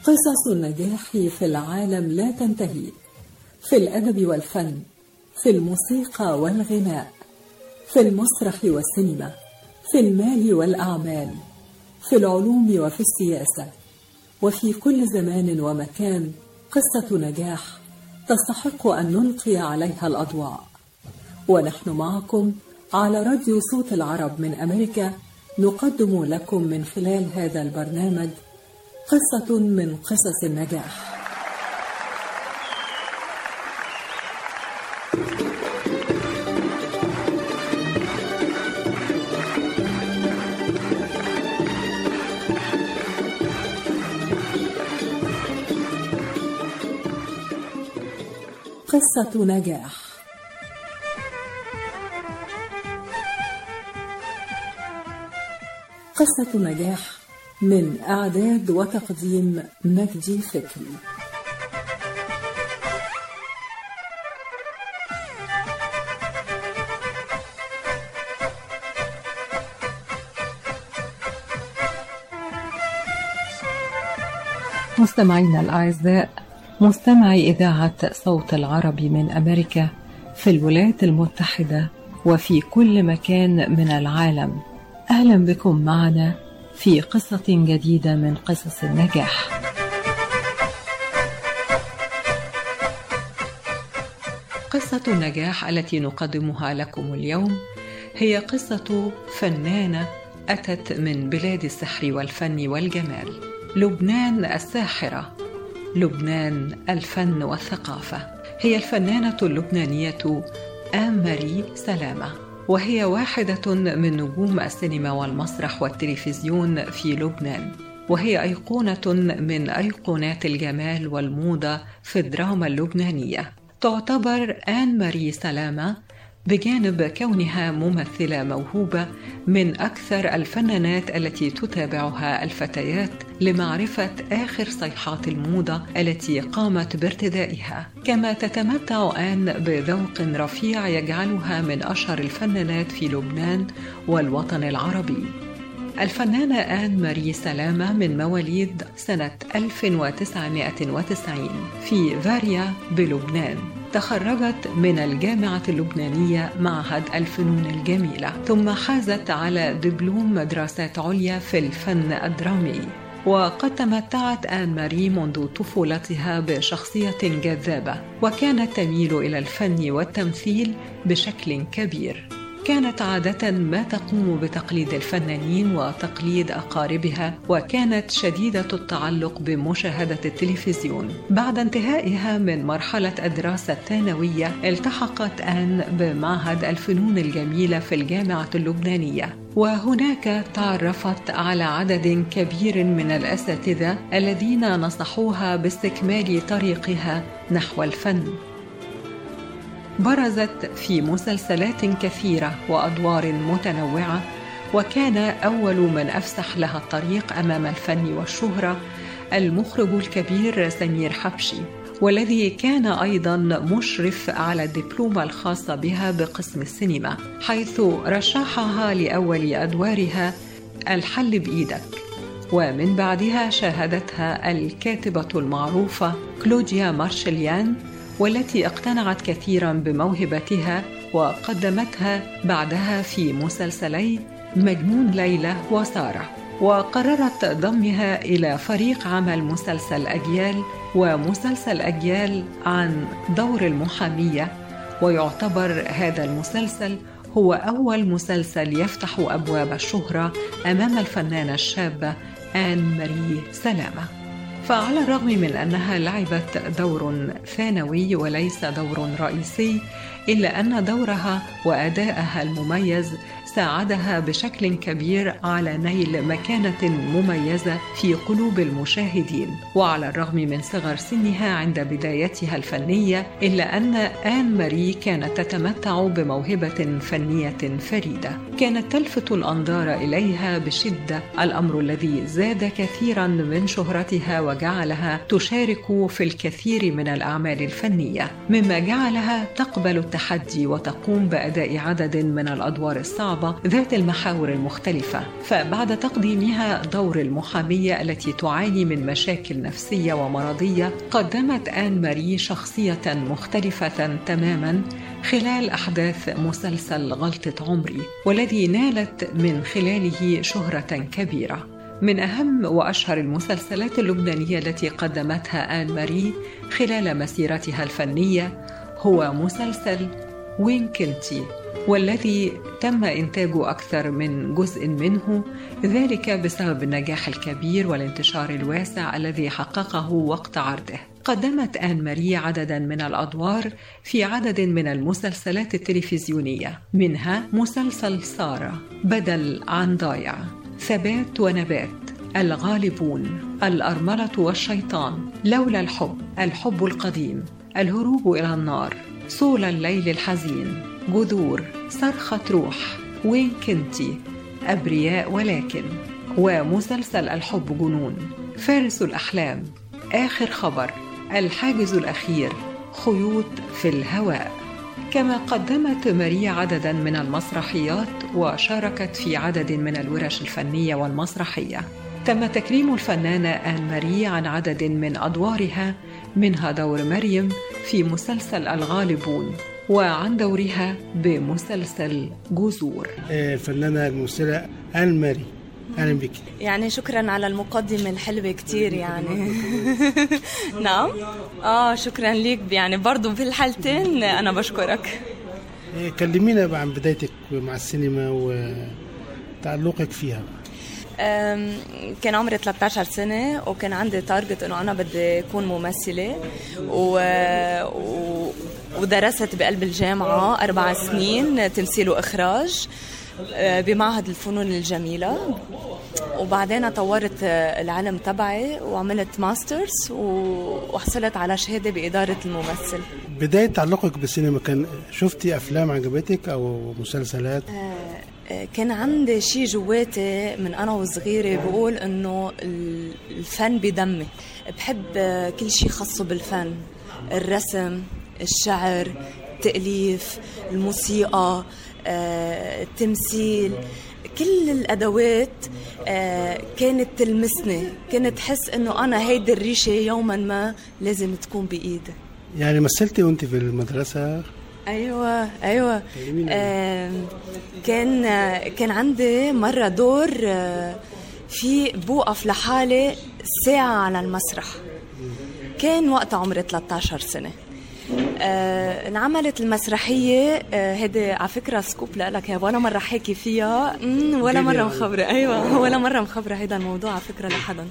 قصص النجاح في العالم لا تنتهي، في الأدب والفن، في الموسيقى والغناء، في المسرح والسينما، في المال والأعمال، في العلوم وفي السياسة، وفي كل زمان ومكان قصة نجاح تستحق أن نلقي عليها الأضواء. ونحن معكم على راديو صوت العرب من أمريكا نقدم لكم من خلال هذا البرنامج قصة من قصص النجاح. قصة نجاح. قصة نجاح من إعداد وتقديم مجدي فكري. مستمعينا الأعزاء، مستمعي إذاعة صوت العرب من أمريكا في الولايات المتحدة وفي كل مكان من العالم، أهلا بكم معنا في قصة جديدة من قصص النجاح. قصة النجاح التي نقدمها لكم اليوم هي قصة فنانة أتت من بلاد السحر والفن والجمال، لبنان الساحرة، لبنان الفن والثقافة. هي الفنانة اللبنانية آن ماري سلامة، وهي واحدة من نجوم السينما والمسرح والتلفزيون في لبنان، وهي أيقونة من أيقونات الجمال والموضة في الدراما اللبنانية. تعتبر آن ماري سلامة بجانب كونها ممثلة موهوبة من أكثر الفنانات التي تتابعها الفتيات لمعرفة آخر صيحات الموضة التي قامت بارتدائها. كما تتمتع آن بذوق رفيع يجعلها من أشهر الفنانات في لبنان والوطن العربي. الفنانة آن ماري سلامة من مواليد سنة 1990 في فاريا بلبنان. تخرجت من الجامعة اللبنانية معهد الفنون الجميلة، ثم حازت على دبلوم دراسات عليا في الفن الدرامي. وقد تمتعت آن ماري منذ طفولتها بشخصية جذابة، وكانت تميل إلى الفن والتمثيل بشكل كبير. كانت عادة ما تقوم بتقليد الفنانين وتقليد أقاربها، وكانت شديدة التعلق بمشاهدة التلفزيون. بعد انتهائها من مرحلة الدراسة الثانوية التحقت آن بمعهد الفنون الجميلة في الجامعة اللبنانية، وهناك تعرفت على عدد كبير من الأساتذة الذين نصحوها باستكمال طريقها نحو الفن. برزت في مسلسلات كثيرة وأدوار متنوعة، وكان أول من أفسح لها الطريق أمام الفن والشهرة المخرج الكبير سمير حبشي، والذي كان أيضا مشرف على الدبلومة الخاصة بها بقسم السينما، حيث رشحها لأول أدوارها الحل بإيدك. ومن بعدها شاهدتها الكاتبة المعروفة كلوديا مارشليان، والتي اقتنعت كثيرا بموهبتها وقدمتها بعدها في مسلسلي مجنون ليلى وسارة، وقررت ضمها إلى فريق عمل مسلسل أجيال، ومسلسل أجيال عن دور المحامية. ويعتبر هذا المسلسل هو أول مسلسل يفتح أبواب الشهرة أمام الفنانة الشابة آن ماري سلامة. فعلى الرغم من أنها لعبت دور ثانوي وليس دور رئيسي، إلا أن دورها وأدائها المميز ساعدها بشكل كبير على نيل مكانة مميزة في قلوب المشاهدين. وعلى الرغم من صغر سنها عند بدايتها الفنية، إلا أن آن ماري كانت تتمتع بموهبة فنية فريدة كانت تلفت الأنظار إليها بشدة، الأمر الذي زاد كثيرا من شهرتها وجعلها تشارك في الكثير من الأعمال الفنية، مما جعلها تقبل التحدي وتقوم بأداء عدد من الأدوار الصعبة الصعبة ذات المحاور المختلفة. فبعد تقديمها دور المحامية التي تعاني من مشاكل نفسية ومرضية، قدمت آن ماري شخصية مختلفة تماما خلال أحداث مسلسل غلطة عمري، والذي نالت من خلاله شهرة كبيرة. من أهم وأشهر المسلسلات اللبنانية التي قدمتها آن ماري خلال مسيرتها الفنية هو مسلسل وين كنتي، والذي تم إنتاجه أكثر من جزء منه، ذلك بسبب النجاح الكبير والانتشار الواسع الذي حققه وقت عرضه. قدمت آن ماري عدداً من الأدوار في عدد من المسلسلات التلفزيونية، منها مسلسل سارة، بدل عن ضايع، ثبات ونبات، الغالبون، الأرملة والشيطان، لولا الحب، الحب القديم، الهروب إلى النار، صول الليل الحزين، جذور، صرخة روح، وين كنتي، أبرياء ولكن، ومسلسل الحب جنون، فارس الأحلام، آخر خبر، الحاجز الأخير، خيوط في الهواء. كما قدمت ماري عدداً من المسرحيات وشاركت في عدد من الورش الفنية والمسرحية. تم تكريم الفنانة آن ماري عن عدد من أدوارها، منها دور مريم في مسلسل الغالبون، وعن دورها بمسلسل جذور. الفنانة الممثلة آن ماري، أهلا بك. يعني شكرا على المقدمة الحلوة كتير يعني. نعم شكرا ليك، يعني برضو في الحالتين أنا بشكرك. كلمينا بقى عن بدايتك مع السينما وتعلقك فيها. كان عمري 13 سنة وكان عندي تارجت أنه أنا بدي أكون ممثلة ودرست بقلب الجامعة 4 سنين تمثيل وإخراج بمعهد الفنون الجميلة، وبعدين طورت العلم تبعي وعملت ماسترز وحصلت على شهادة بإدارة الممثل. بداية تعلقك بالسينما كان شفتي أفلام عجبتك أو مسلسلات؟ كان عندي شيء جواتي من أنا وصغيرة بقول إنه الفن بدمي، بحب كل شيء خاصه بالفن، الرسم، الشعر، التأليف، الموسيقى، التمثيل، كل الأدوات كانت تلمسني، كانت حس إنه أنا هيدي الريشة يوما ما لازم تكون بإيدي. يعني مثلتي وانت في المدرسة؟ أيوة كان عندي مرة دور في بوقف لحالي ساعة على المسرح، كان وقت عمري 13 سنة. انعملت المسرحية هيدي على فكرة سكوب لك، ولا مرة حكي فيها ولا مرة مخبرة. أيوة ولا مرة مخبرة هيدا الموضوع على فكرة لحدا.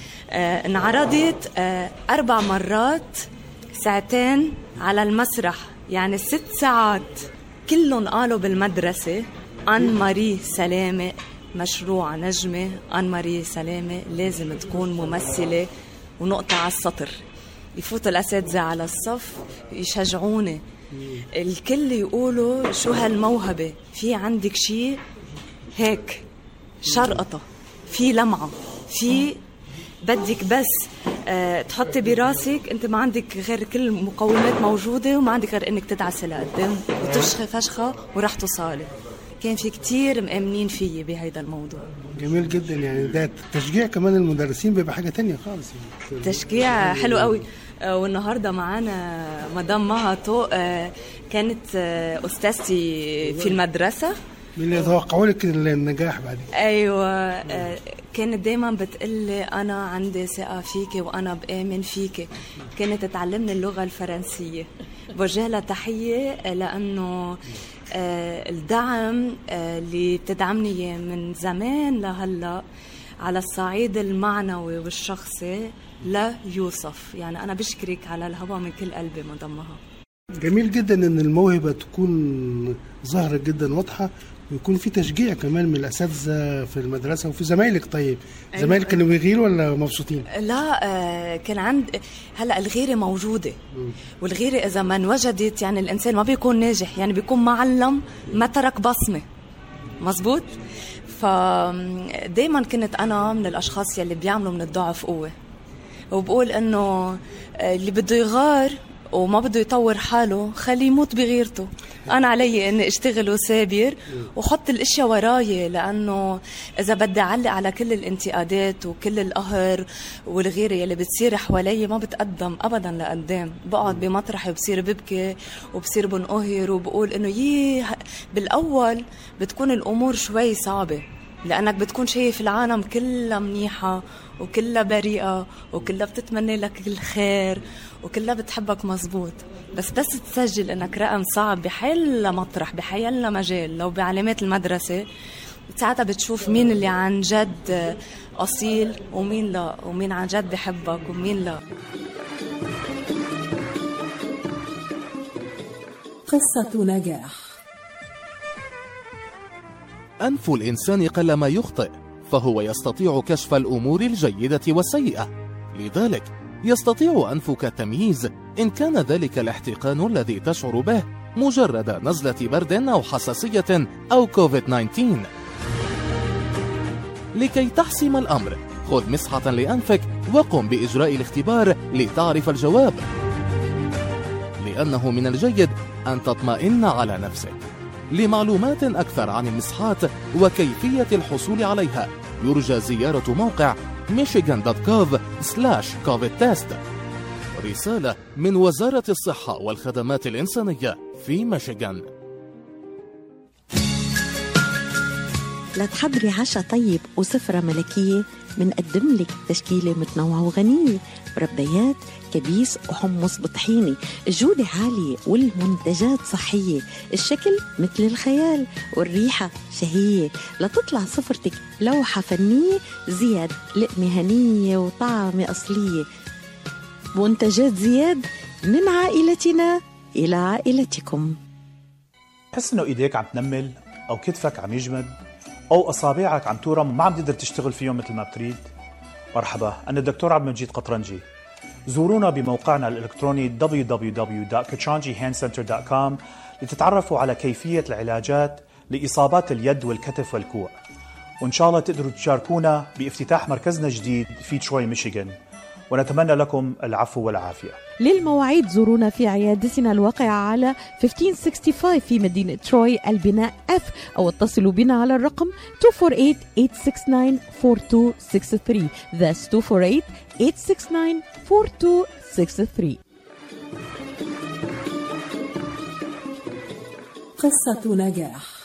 انعرضت 4 مرات 2 ساعة على المسرح، يعني 6 ساعات. كلهم قالوا بالمدرسة آن ماري سلامة مشروع نجمة، آن ماري سلامة لازم تكون ممثلة، ونقطة على السطر. يفوت الأساتذة على الصف يشجعوني، الكل يقولوا شو هالموهبة، في عندك شيء هيك شرقطة، في لمعة، في بدك بس تحطي براسك، انت ما عندك غير كل المقومات موجودة وما عندك غير انك تدعسي لقدام وتفشخي فشخة وراح توصلي. كان في كتير مأمنين فيي بهيدا الموضوع. جميل جدا، يعني ده تشجيع كمان المدرسين بيبقى حاجة تانية خالص يعني. تشجيع حلو قوي. والنهاردة معانا مدام مها طوق، كانت أستاذتي في المدرسة، من اللي يتوقعوا لك النجاح بعدين. أيوة كانت دايما بتقلي أنا عندي ثقة فيك وأنا بآمن فيك. كانت تعلمني اللغة الفرنسية، بوجه لها تحية لأنه الدعم اللي بتدعمني من زمان لهلأ على الصعيد المعنوي والشخصي لا يوصف. يعني أنا بشكرك على الهوا من كل قلبي مدامها. جميل جدا ان الموهبة تكون ظاهرة جدا واضحة، ويكون في تشجيع كمان من الأساتذة في المدرسة وفي زمايلك. طيب زمايلك كانوا بيغيروا ولا مبسوطين؟ لا كان عند هلأ الغيرة موجودة، والغيرة إذا ما انوجدت يعني الإنسان ما بيكون ناجح، يعني بيكون معلم ما ترك بصمة. مزبوط. فدايما كنت أنا من الأشخاص يلي بيعملوا من الضعف قوة، وبقول إنه اللي بده يغار وما بده يطور حاله خليه يموت بغيرته. أنا علي إني أشتغل وسابر وحط الأشياء وراي، لأنه إذا بدي أعلق على كل الانتقادات وكل القهر والغيرة يلي بتصير حوالي ما بتقدم أبدا لقدام. بقعد بمطرحي وبصير ببكي وبصير بنقهر وبقول إنه بالأول بتكون الأمور شوي صعبة، لأنك بتكون شايف العالم كلها منيحة وكلها بريئة وكلها بتتمنى لك الخير وكلها بتحبك مزبوط. بس تسجل انك رقم صعب بحيلا مطرح بحيلا مجال، لو بعلامات المدرسة، ساعتها بتشوف مين اللي عن جد أصيل ومين لا، ومين عن جد بحبك ومين لا. قصة نجاح. أنف الإنسان قلما يخطئ، فهو يستطيع كشف الأمور الجيدة والسيئة، لذلك يستطيع أنفك التمييز إن كان ذلك الاحتقان الذي تشعر به مجرد نزلة برد أو حساسية أو كوفيد-19. لكي تحسم الأمر، خذ مسحة لأنفك وقم بإجراء الاختبار لتعرف الجواب، لأنه من الجيد أن تطمئن على نفسك. لمعلومات أكثر عن المسحات وكيفية الحصول عليها يرجى زيارة موقع michigan.gov/covid-test. رسالة من وزارة الصحة والخدمات الإنسانية في ميشيغان. لتحضري عشاء طيب وسفرة ملكية، منقدم لك تشكيلة متنوعة وغنية، مربيات، كبيس وحمص بطحيني، الجودة عالية والمنتجات صحية، الشكل مثل الخيال والريحة شهية، لتطلع سفرتك لوحة فنية. زياد لقمة هنية وطعمة أصلية. منتجات زياد، من عائلتنا إلى عائلتكم. تحس إنه إيديك عم تنمل أو كتفك عم يجمد أو أصابعك عم تورم وما عم تقدر تشتغل فيهم مثل ما بتريد؟ مرحبا، أنا الدكتور عبد المجيد قطرنجي. زورونا بموقعنا الإلكتروني www.katranjihandcenter.com لتتعرفوا على كيفية العلاجات لإصابات اليد والكتف والكوع، وإن شاء الله تقدروا تشاركونا بافتتاح مركزنا الجديد في تروي ميشيغان، ونتمنى لكم العفو والعافية. للمواعيد زورونا في عيادتنا الواقعة على 1565 في مدينة تروي البناء F، أو اتصلوا بنا على الرقم 248-869-4263. That's 248-869-4263. قصة نجاح.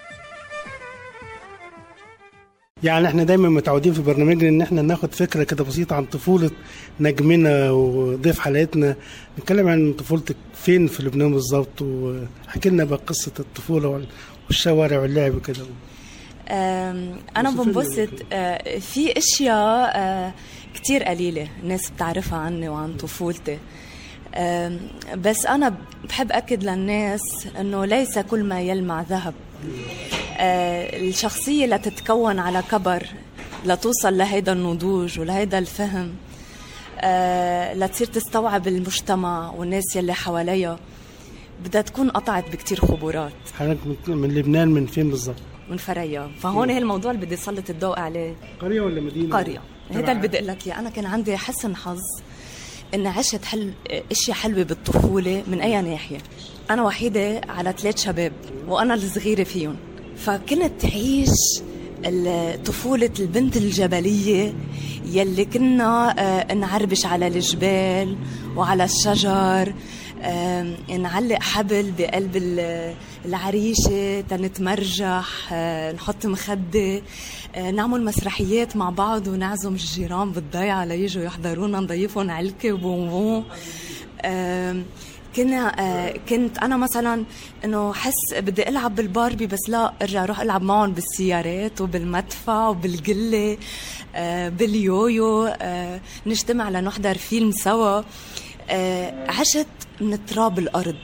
يعني احنا دايما متعودين في برنامجنا ان احنا ناخد فكرة كده بسيطة عن طفولة نجمنا وضيف حلقتنا. نتكلم عن طفولتك فين في لبنان بالظبط، وحكي لنا بقى قصة الطفولة والشوارع واللعب كده. انا بنبسط في اشياء كتير قليلة الناس بتعرفها عني وعن طفولتي، بس انا بحب اكد للناس انه ليس كل ما يلمع ذهب. الشخصية لتتكون على كبر، لتوصل لهيدا النضوج ولهيدا الفهم، لتصير تستوعب المجتمع والناس يلي حواليها، بدها تكون قطعت بكتير خبرات. حضرتك من لبنان، من فين بالضبط؟ من فريا. فهون هي الموضوع اللي بدي اسلط الضوء عليه. قرية ولا مدينة؟ قرية. هذا اللي بدي اقول لك اياه. انا كان عندي حسن حظ اني عشت اشياء حلوة بالطفولة. من اي ناحية؟ انا وحيدة على 3 شباب وانا الصغيرة فيهم، فكنت تعيش طفولة البنت الجبلية يلي كنا نعربش على الجبال وعلى الشجر، نعلق حبل بقلب العريشة تنتمرجح، نحط مخدة، نعمل مسرحيات مع بعض ونعزم الجيران بالضيعة ليجوا يحضرونا، نضيفهم علكة وبونبون. كنت أنا مثلا إنه حس بدي ألعب بالباربي، بس لا، أرجع أروح ألعب معهم بالسيارات وبالمدفع وبالقلة، باليويو، نجتمع لنحضر فيلم سوا. عشت من تراب الأرض.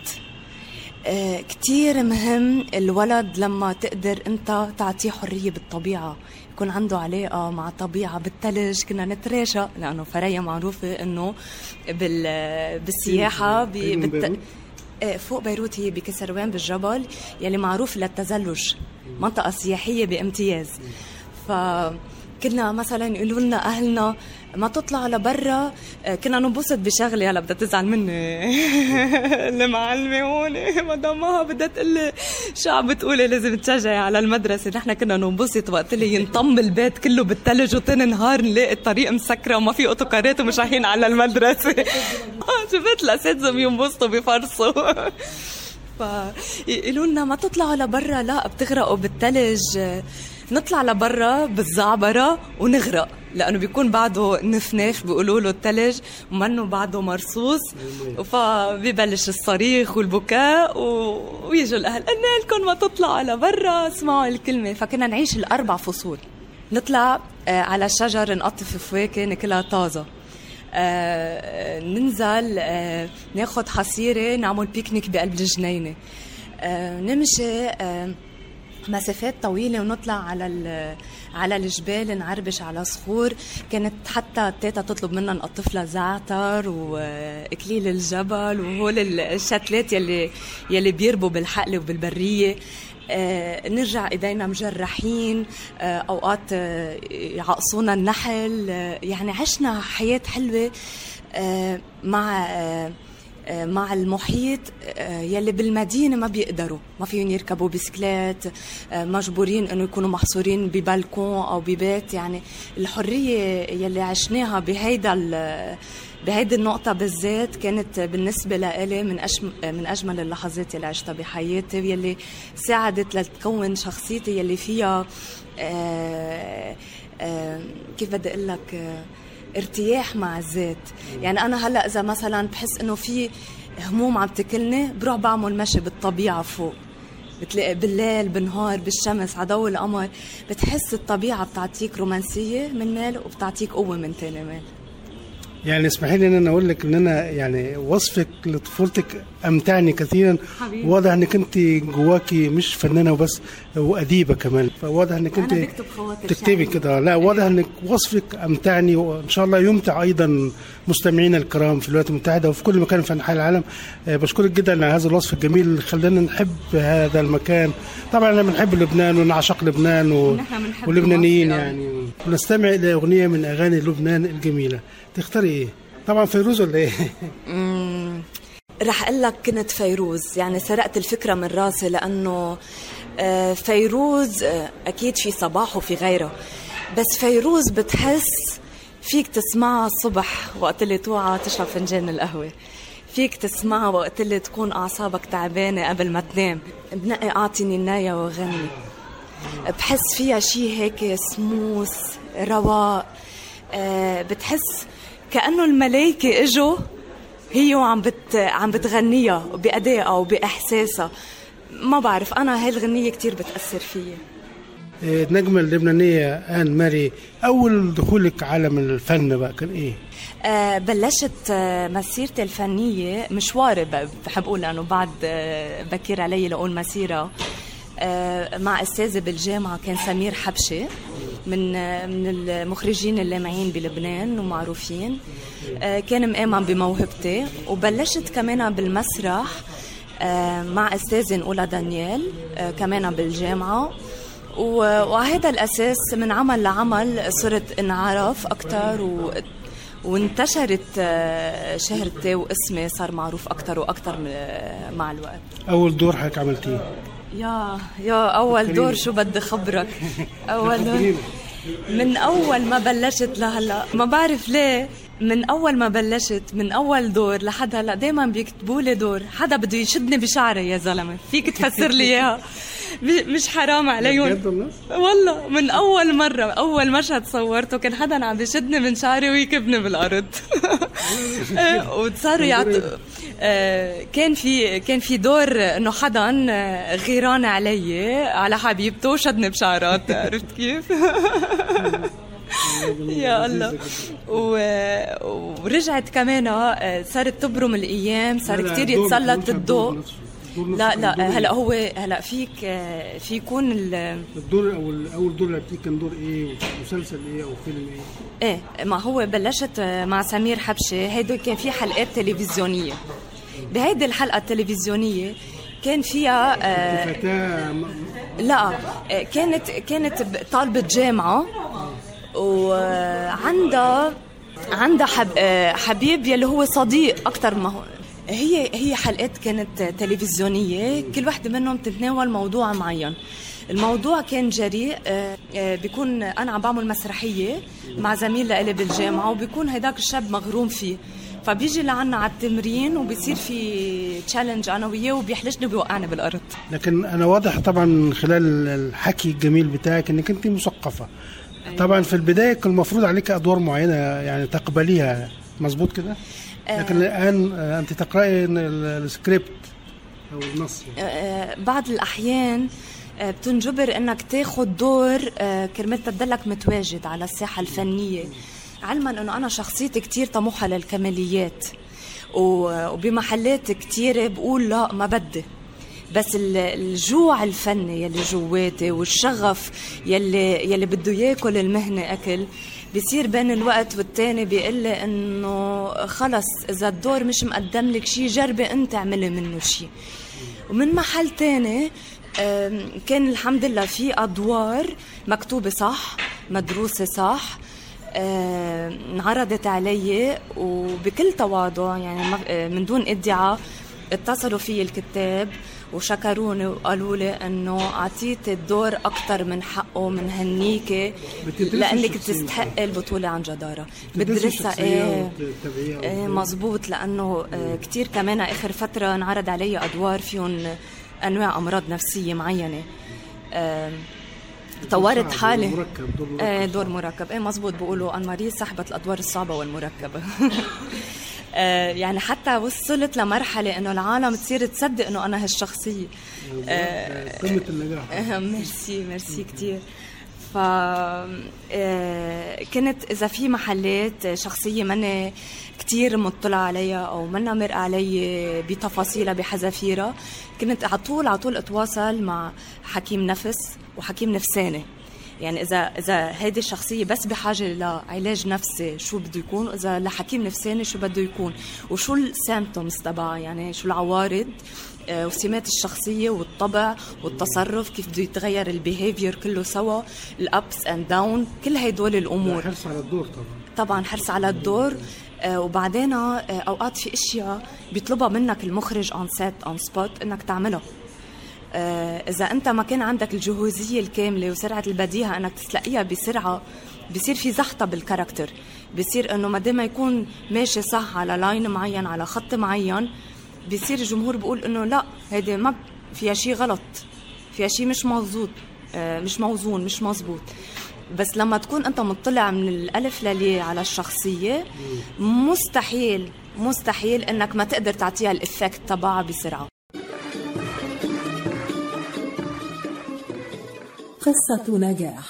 كتير مهم الولد لما تقدر أنت تعطيه حرية بالطبيعة، يكون عنده علاقة مع الطبيعة. بالثلج كنا نتراشى، لأنه فريا معروفة أنه بالسياحة فوق بيروت، هي بكسروان بالجبل يلي معروف للتزلج، منطقة سياحية بامتياز. كنا مثلا يقولوا لنا اهلنا ما تطلع لبرا، كنا ننبسط بشغله. هلا بدها تزعل مني المعلمه هون مدام مها بدها تقول لي شو عم بتقولي لازم تشجعي على المدرسه. نحن كنا ننبسط وقت اللي ينطم البيت كله بالثلج وتاني نهار نلاقي الطريق مسكره وما في اوتوكارات ومش رايحين على المدرسه. شفت الاساتذه بينبسطوا بيفرصوا. فيقولوا لنا ما تطلعوا لبرا، لا بتغرقوا بالثلج. نطلع لبرا بالزعبرة ونغرق لأنه بيكون بعده نفناف بيقولوا له الثلج ومنه بعده مرصوص، فبيبلش الصريخ والبكاء ويجوا الأهل قلنا لكم ما تطلعوا لبرا اسمعوا الكلمة. فكنا نعيش ال4 فصول، نطلع على الشجر نقطف فواكه ناكلها طازة، ننزل ناخد حصيرة نعمل بيكنيك بقلب الجنينة، نمشي مسافات طويلة ونطلع على الجبال نعربش على صخور. كانت حتى تيتا تطلب منا نقطف لها زعتر وإكليل الجبل وهول الشتلات يلي بيربوا بالحقل وبالبرية. نرجع ايدينا مجرحين، اوقات يعقصونا النحل. يعني عشنا حياة حلوة مع المحيط يلي بالمدينة ما بيقدروا، ما فيهم يركبوا بسكلات، مجبورين انه يكونوا محصورين ببالكون او ببيت. يعني الحرية يلي عشناها بهيدي النقطة بالذات كانت بالنسبة لإلي من أجمل اللحظات اللي عشتها بحياتي، يلي ساعدت لتكون شخصيتي يلي فيها كيف بدي أقول لك ارتياح مع الذات. يعني أنا هلأ إذا مثلا بحس إنه في هموم عم تكلني بروح بعمل مشي بالطبيعة فوق، بتلاقي بالليل بالنهار بالشمس عضو القمر، بتحس الطبيعة بتعطيك رومانسية من مال وبتعطيك قوة من تاني مال. يعني اسمحي لي ان انا اقول لك ان انا يعني وصفك لطفولتك امتعني كثيرا. واضح انك انت جواكي مش فنانه وبس واديبه كمان، فواضح انك انت تكتبي كده. لا واضح انك وصفك امتعني، وان شاء الله يمتع ايضا مستمعينا الكرام في الولايات المتحده وفي كل مكان في انحاء العالم. بشكرك جدا على هذا الوصف الجميل اللي خلانا نحب هذا المكان. طبعا انا بنحب لبنان ونعشق لبنان واللبنانيين يعني. ونستمع الى اغنيه من اغاني لبنان الجميله. تختاري ايه؟ طبعا فيروز ولا ايه؟ رح اقول لك كنت فيروز. يعني سرقت الفكره من راسي لانه فيروز اكيد في صباح وفي غيره، بس فيروز بتحس فيك تسمعها الصبح وقت اللي توعى تشرب فنجان القهوه، فيك تسمعها وقت اللي تكون اعصابك تعبانه قبل ما تنام، بنقي اعطيني النايه وغني. بحس فيها شيء هيك سموث رواق، بتحس كأنه الملايكة اجوا هي عم بتغنيها بأدائها وبإحساسها. ما بعرف، أنا هاي الغنية كتير بتأثر فيها. النجمة اللبنانية آن ماري، أول دخولك عالم الفن بقى كان إيه؟ بلشت مسيرتي الفنية مشواري بحب أقول لأنه بعد بكير علي لأقول مسيرة مع أستاذي بالجامعة كان سمير حبشي من المخرجين اللامعين بلبنان ومعروفين. كان مآمن بموهبتي وبلشت كمان بالمسرح مع أستاذي نقولها دانيال كمان بالجامعة. وهذا الأساس من عمل لعمل صرت انعرف أكتر وانتشرت شهرتي واسمي صار معروف أكتر وأكتر مع الوقت. أول دور حضرتك عملتيه؟ يا أول دور شو بدي خبرك. أول دور من أول ما بلشت لهلا ما بعرف ليه، من أول ما بلشت من أول دور لحد هلا دايما بيكتبوا لي دور حدا بده يشدني بشعري. يا زلمة فيك تفسر لي إياها؟ مش حرام عليهم والله. من أول مرة أول مشهد صورته كان حدا عم بيشدني من شعري ويكبني بالأرض. وصاروا يعطوا كان في دور انه حدا غيران علي على حبيبته وشدني بشعرات. عرفت كيف؟ يا الله. ورجعت كمان صارت تبرم الايام، صار كتير يتسلط الضوء. لا هلا هو هلا في يكون الدور اول دور لعبتيه كان دور ايه؟ مسلسل ايه او فيلم ايه؟ ما هو بلشت مع سمير حبشي. هيدو كان في حلقات تلفزيونيه. بهيدي الحلقه التلفزيونيه كان فيها لا كانت طالبه جامعه وعندها حبيب يلي هو صديق أكتر ما هو. هي حلقات كانت تلفزيونية، كل واحدة منهم تتناول موضوع معين. الموضوع كان جريء، بيكون أنا عم بعمل مسرحية مع زميل لإلي بالجامعة، وبيكون هيداك الشاب مغروم فيه، فبيجي لعنا على التمرين وبيصير في تشالنج أنا وياه، وبيحلشني وبيوقعني بالأرض. لكن أنا واضح طبعا من خلال الحكي الجميل بتاعك إنك أنت مثقفة. طبعا في البداية كان المفروض عليك أدوار معينة يعني تقبليها، مظبوط كده؟ لكن الآن أنت تقرأي السكريبت أو النص. بعض الأحيان بتنجبر انك تاخد دور كرمال تدلك متواجد على الساحة الفنية، علما انه انا شخصيتي كتير طموحة للكماليات، وبمحلات كتير بقول لا ما بدي، بس الجوع الفني يلي جواتي والشغف يلي بده ياكل المهنة اكل، بيصير بين الوقت والتاني بيقلي انه خلص اذا الدور مش مقدم لك شي جربي انت اعملي منه شي. ومن محل تاني كان الحمد لله في أدوار مكتوبة صح، مدروسة صح، انعرضت علي وبكل تواضع، يعني من دون ادعاء اتصلوا في الكتاب وشكروني وقالوا لي انه اعطيت الدور اكتر من حقه، من هنيكي لانك تستحق البطولة عن جدارة. بدرسها مزبوط، لانه كتير كمان اخر فترة انعرض علي ادوار فيهم أنواع أمراض نفسية معينة، طورت حالي. دور مركب مزبوط، بقولوا أن ماري صاحبة الأدوار الصعبة والمركبة. يعني حتى وصلت لمرحلة إنه العالم تصير تصدق إنه أنا هالشخصية. قمة النجاح. ميرسي كتير. كانت إذا في محلات شخصية مني كتير مطلع عليها أو منا مرق علي بتفاصيلها بحذافيرها، كنت على طول أتواصل مع حكيم نفس وحكيم نفساني. يعني إذا هيدي الشخصية بس بحاجة لعلاج نفسي شو بده يكون، إذا لحكيم نفساني شو بده يكون، وشو السيمبتومز تبعها، يعني شو العوارض وسمات الشخصية والطبع والتصرف، كيف بده يتغير البيهيفير كله سوا، الأبس أند داون، كل هيدول الأمور. حرص على الدور طبعا حرص على الدور. وبعدين أوقات في أشياء بيطلبها منك المخرج on set on spot إنك تعملها. إذا أنت ما كان عندك الجهوزية الكاملة وسرعة البديهة إنك تلاقيها بسرعة، بيصير في زحطة بالكاركتر، بيصير إنه ما دام يكون ماشي صح على لاين معين على خط معين، بيصير الجمهور بيقول إنه لا هيدا ما فيها شيء غلط، فيها شيء مش مظبوط، مش موزون، مش مظبوط. بس لما تكون أنت مطلع من الألف للياء على الشخصية، مستحيل إنك ما تقدر تعطيها الإفكت تبعها بسرعة. قصة نجاح.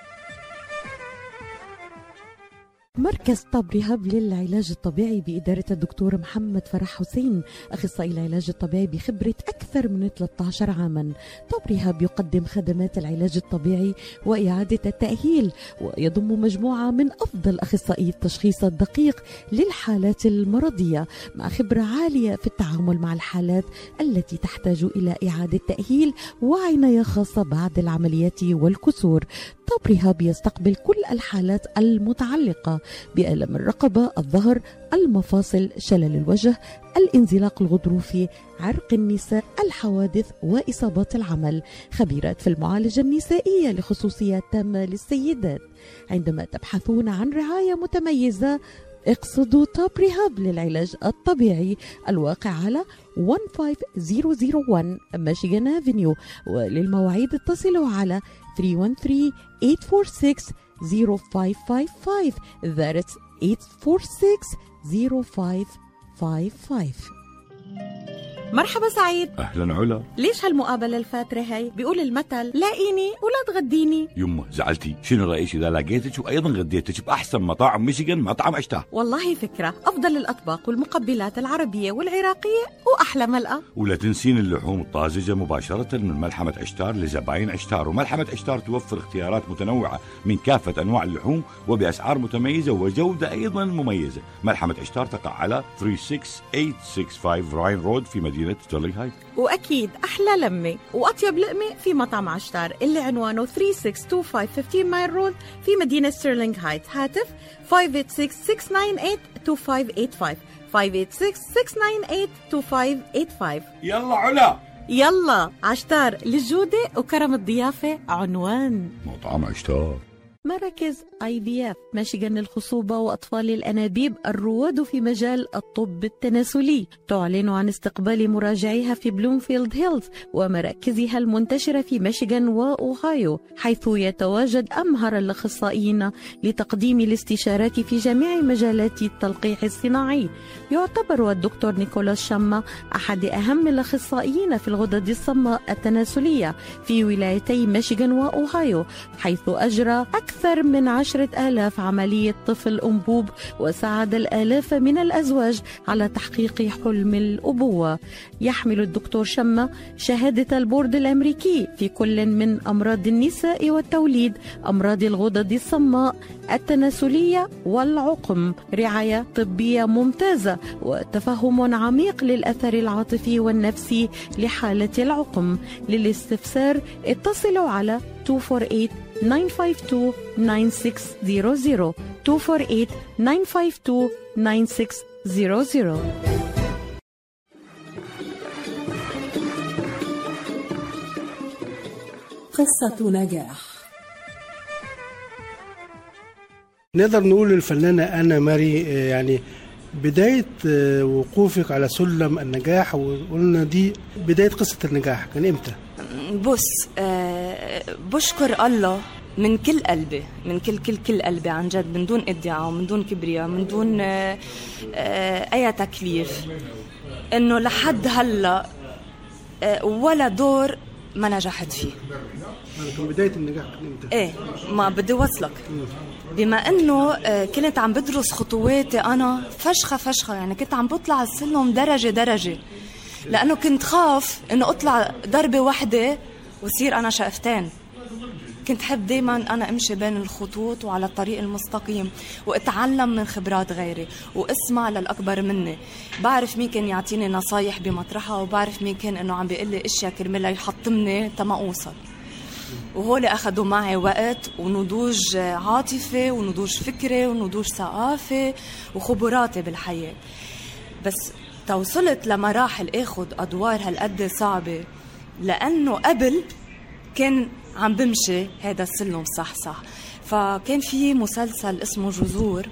مركز طب ريهاب للعلاج الطبيعي بإدارة الدكتور محمد فرح حسين، أخصائي العلاج الطبيعي بخبرة أكثر من 13 عاما. طب ريهاب يقدم خدمات العلاج الطبيعي وإعادة التأهيل، ويضم مجموعة من أفضل أخصائي التشخيص الدقيق للحالات المرضية، مع خبرة عالية في التعامل مع الحالات التي تحتاج إلى إعادة تأهيل وعناية خاصة بعد العمليات والكسور. طب ريهاب يستقبل كل الحالات المتعلقة بألم الرقبة، الظهر، المفاصل، شلل الوجه، الانزلاق الغضروفي، عرق النساء، الحوادث وإصابات العمل. خبيرات في المعالجة النسائية لخصوصيات تامة للسيدات. عندما تبحثون عن رعاية متميزة اقصدوا طب ريهاب للعلاج الطبيعي، الواقع على 15001 ميشيغان افنيو، وللمواعيد اتصلوا على 313-846-0555. That's 846-0555. مرحبا سعيد. اهلا علا. ليش هالمقابله الفاتره هي؟ بيقول المثل لاقيني ولا تغديني. يمه زعلتي، شنو رايك اذا لقيتك وايضا غديتك باحسن مطاعم ميشيغان، مطعم عشتار؟ والله فكره، افضل الاطباق والمقبلات العربيه والعراقيه واحلى ملقا. ولا تنسين اللحوم الطازجه مباشره من ملحمه عشتار لزباين عشتار. وملحمه عشتار توفر اختيارات متنوعه من كافه انواع اللحوم وباسعار متميزه وجوده ايضا مميزه. ملحمه عشتار تقع على 36865 راين رود في مدينه مدينة ستيرلينغ هايت. وأكيد أحلى لمة وأطيب لقمة في مطعم عشتار اللي عنوانه 3625 15 مايل رود في مدينة ستيرلينغ هايت. هاتف 586-698-2585 586-698-2585. يلا علا، يلا عشتار للجودة وكرم الضيافة. عنوان مطعم عشتار. مراكز IVF ميشيغان للخصوبة وأطفال الأنابيب الرواد في مجال الطب التناسلي تعلن عن استقبال مراجعيها في بلومفيلد هيلز ومراكزها المنتشرة في ميشيغان وأوهايو، حيث يتواجد أمهر الأخصائيين لتقديم الاستشارات في جميع مجالات التلقيح الصناعي. يعتبر الدكتور نيكولاس شما أحد أهم الأخصائيين في الغدد الصماء التناسلية في ولايتي ميشيغان وأوهايو، حيث أجرى أكثر من 10,000 عملية طفل أنبوب وساعد الآلاف من الأزواج على تحقيق حلم الأبوة. يحمل الدكتور شما شهادة البورد الأمريكي في كل من أمراض النساء والتوليد، أمراض الغدد الصماء التناسلية والعقم، رعاية طبية ممتازة وتفهم عميق للأثر العاطفي والنفسي لحالة العقم. للاستفسار اتصلوا على 248-952-9600 248-952-9600. قصة نجاح. نقدر نقول الفنانة أنا ماري يعني بداية وقوفك على سلم النجاح، وقلنا دي بداية قصة النجاح كان إمتى؟ بص، بشكر الله من كل قلبي، من كل قلبي عن جد، من دون ادعاء ومن دون كبرياء، من دون أي تكليف، إنه لحد هلا ولا دور ما نجحت فيه. كان بداية النجاح كان إمتى؟ إيه، ما بدي وصلك. بما إنه كنت عم بدرس خطواتي أنا فشخة، يعني كنت عم بطلع السلم درجة، لأنه كنت خاف إنه أطلع ضربة واحدة وصير أنا شقفتين. كنت حب دايما أنا أمشي بين الخطوط وعلى الطريق المستقيم، وأتعلم من خبرات غيري وأسمع للأكبر مني. بعرف مين كان يعطيني نصايح بمطرحها، وبعرف مين كان إنه عم بيقلي إشياء كرمالها يحطمني تما أوصل. وهولي أخذوا معي وقت ونضوج عاطفي ونضوج فكري ونضوج ثقافي وخبراتي بالحياة. بس توصلت لمراحل اخد ادوار هالقد صعبة، لانه قبل كان عم بمشي هذا السلم صح. فكان في مسلسل اسمه جذور،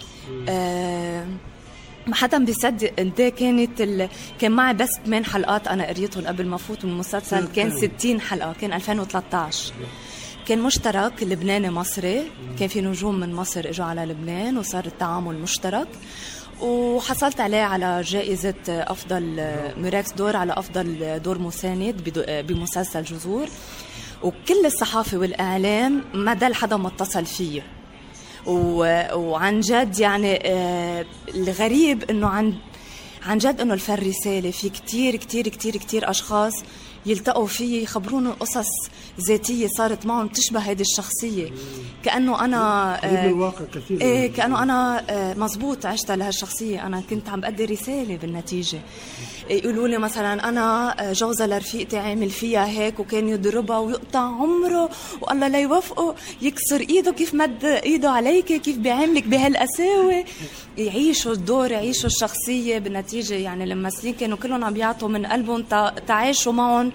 ما حدا بيصدق قد ايه كان معي بس 8 حلقات انا قريتهم قبل ما فوت من المسلسل. كان 60 حلقة، كان 2013. كان مشترك لبناني مصري، كان في نجوم من مصر اجوا على لبنان وصار التعامل مشترك، وحصلت عليه على جائزة أفضل ميراكس دور على أفضل دور مساند بمسلسل جذور. وكل الصحافة والإعلام ما دل حدا ما اتصل فيه. وعن جد يعني الغريب إنه عن جد إنه الفن رسالة. في كتير كتير كتير كتير أشخاص يلتقوا فيه يخبروني قصص ذاتية صارت معهم تشبه هذه الشخصية، كأنه أنا إيه، كأنه أنا مزبوط عشت لهالشخصية. أنا كنت عم بقدر رسالة بالنتيجة. يقولوا لي مثلا أنا جوزها لرفيقتي عامل فيها هيك وكان يضربها ويقطع عمره والله لا يوفقه، يكسر إيده، كيف مد إيده عليك، كيف بيعاملك بهالقساوة. يعيشوا الدور، يعيشوا الشخصية بالنتيجة. يعني لما سنين كانوا كلهم عم يعطوا من قلبهم تعيشوا معهم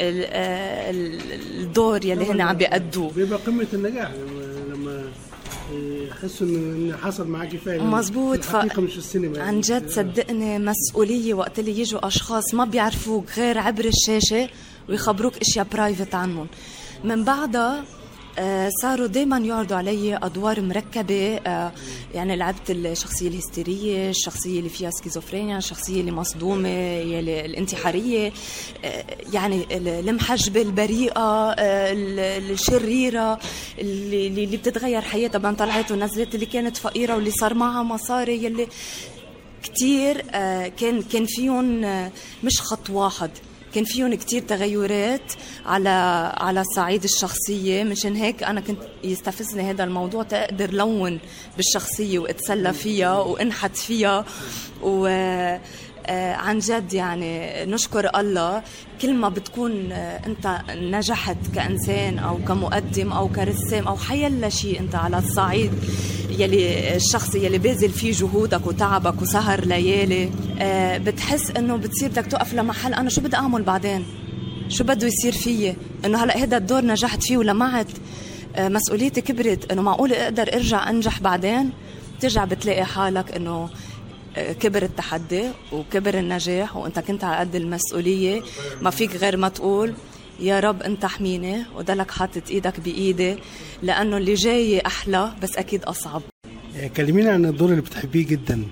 الدور يلي هن عم بيأدوه. بيبقى قمة النجاح لما يحسوا إن حصل معاكي فعلا مزبوط. الحقيقة مش السينما. عن جد صدقني مسؤولية وقت اللي يجوا أشخاص ما بيعرفوك غير عبر الشاشة ويخبروك إشياء برايفت عنهم. من بعدها صاروا دايما يعرضوا علي أدوار مركبة. يعني لعبت الشخصية الهستيرية، الشخصية اللي فيها سكيزوفرينيا، الشخصية اللي مصدومة، الانتحارية، يعني المحجبة البريئة، الشريرة اللي بتتغير حياتها بان طلعت ونزلت، اللي كانت فقيرة واللي صار معها مصاري، يلي كتير كان فيهم مش خط واحد، كان فيهم كتير تغيرات على الصعيد الشخصية. مشان هيك أنا كنت يستفزني هذا الموضوع تقدر لون بالشخصية واتسلى فيها وانحت فيها. عن جد يعني نشكر الله. كل ما بتكون أنت نجحت كإنسان أو كمقدم أو كرسام أو حيلا شيء أنت على الصعيد يلي الشخص يلي باذل فيه جهودك وتعبك وسهر ليالي، بتحس إنه بتصير بدك توقف لمحل أنا شو بدي أعمل بعدين، شو بده يصير فيي، إنه هلأ هذا الدور نجحت فيه ولمعت، مسؤوليتي كبرت، إنه معقول أقدر أرجع أنجح بعدين. ترجع بتلاقي حالك إنه كبر التحدي وكبر النجاح وانت كنت على قد المسؤولية، ما فيك غير ما تقول يا رب انت حميني وضلك حاطط ايدك بايدي، لانه اللي جاي احلى بس اكيد اصعب. كلمينا عن الدور اللي بتحبيه جدا.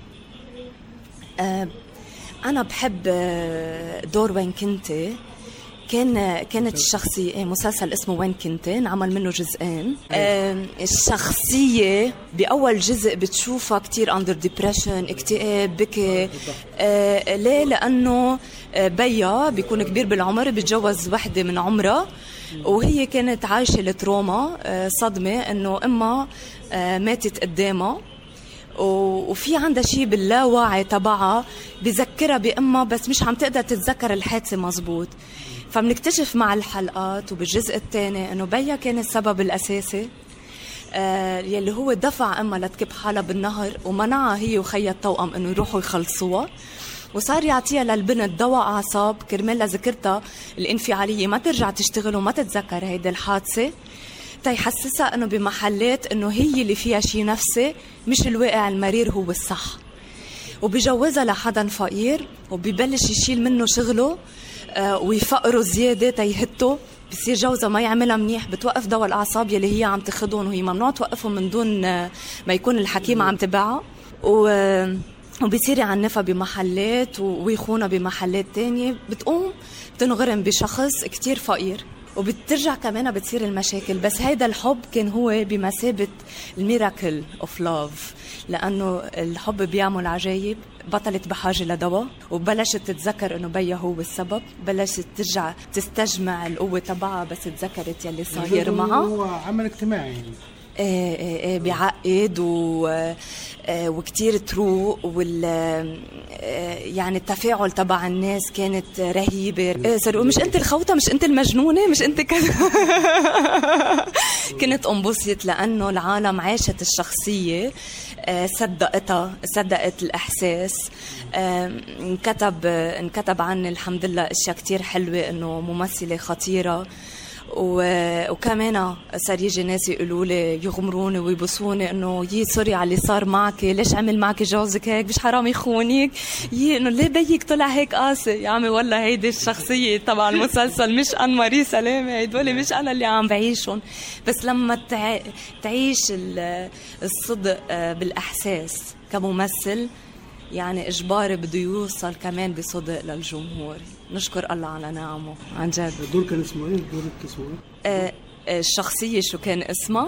انا بحب دور وين كنتي. كانت الشخصية مسلسل اسمه وين كنتي، انعمل منه جزئين. الشخصية بأول جزء بتشوفها كتير under depression، اكتئاب، بكي. ليه؟ لأنه بيا بيكون كبير بالعمر، بيتجوز وحدة من عمرها، وهي كانت عايشة التروما، صدمة إنه إما ماتت قدامها، وفي عندها شيء باللاوعي تبعها بذكرها بأمها بس مش عم تقدر تتذكر الحادثة مزبوط. فمنكتشف مع الحلقات وبالجزء الثاني انه بيا كان السبب الاساسي يلي هو دفع امها لتكب حالها بالنهر ومنعها هي وخيها التوأم انه يروحوا يخلصوها، وصار يعطيها للبنت دواء اعصاب كرمال ذاكرتها الانفعاليه ما ترجع تشتغل وما تتذكر هيدي الحادثه، تيحسسها انه بمحلات انه هي اللي فيها شيء نفسي مش الواقع المرير هو الصح. وبيجوزها لحدا فقير وبيبلش يشيل منه شغله ويفقروا زيادة تيهته، بصير جوزها ما يعملها منيح، بتوقف دواء الأعصاب يلي هي عم تاخدهم وهي ممنوع توقفهم من دون ما يكون الحكيم عم تبعها، وبيصير يعنفها بمحلات ويخونها بمحلات تانية، بتقوم بتنغرم بشخص كتير فقير وبترجع كمان بتصير المشاكل. بس هيدا الحب كان هو بمثابة الميراكل اوف لاف، لأنه الحب بيعمل عجايب. بطلت بحاجة لدواء وبلشت تتذكر انه بيا هو السبب، بلشت ترجع تستجمع القوة تبعها بس تذكرت يلي صاير معها. هو عمل اجتماعي يعني بيعقد وكتير تروق، يعني التفاعل تبع الناس كانت رهيبة. صاروا مش انت الخوطة، مش انت المجنونة، مش انت كذا. كنت انبسط لأنه العالم عاشت الشخصية، صدقت الإحساس. انكتب عني الحمد لله اشياء كتير حلوة، انه ممثلة خطيرة، وكمان صار يجي ناس يقولوا لي يغمروني ويبصوني انه يي سوري على اللي صار معك، ليش عمل معك جوزك هيك، مش حرام يخونك، يي انه ليه بيك طلع هيك قاسي. يا عمي والله هيدي الشخصيه تبع المسلسل، مش انا ماري سلامه، هيدول مش انا اللي عم بعيشهم. بس لما تعيش الصدق بالاحساس كممثل، يعني إجباري بده يوصل كمان بصدق للجمهور. نشكر الله على نعمه عن جد. الدور كان اسمه ايه؟ الدور اسمه ايه؟ الشخصية شو كان اسمها؟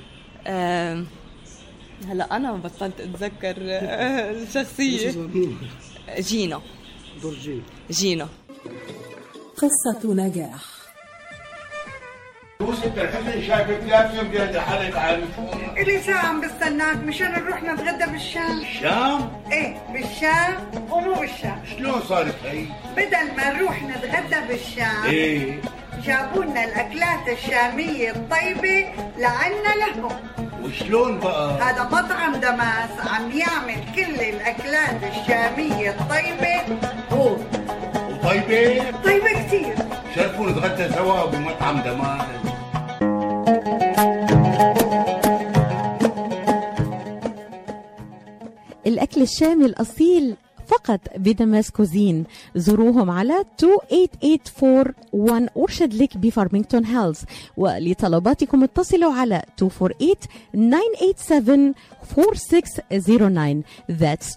هلا أنا بطلت أتذكر الشخصية. جينا. دور جينا. قصة نجاح. انت الحسن شايفك لابسه بيد حالك عارف. الي ساعة عم بستناك مشان نروح نتغدى بالشام. الشام؟ ايه بالشام ومو بالشام. شلون صارت هي؟ بدل ما نروح نتغدى بالشام ايه جابوا لنا الاكلات الشامية الطيبة لعنا لهم. وشلون بقى؟ هذا مطعم دماس عم يعمل كل الاكلات الشامية الطيبة هو. وطيبة؟ طيبة كتير. شرفوا نتغدى سوا بمطعم دماس. الأكل الشامي الأصيل فقط بدماس كوزين. زوروهم على 28841 أورشاد ليك بفارمينغتون هيلز، ولطلباتكم اتصلوا على 248-987-4609. That's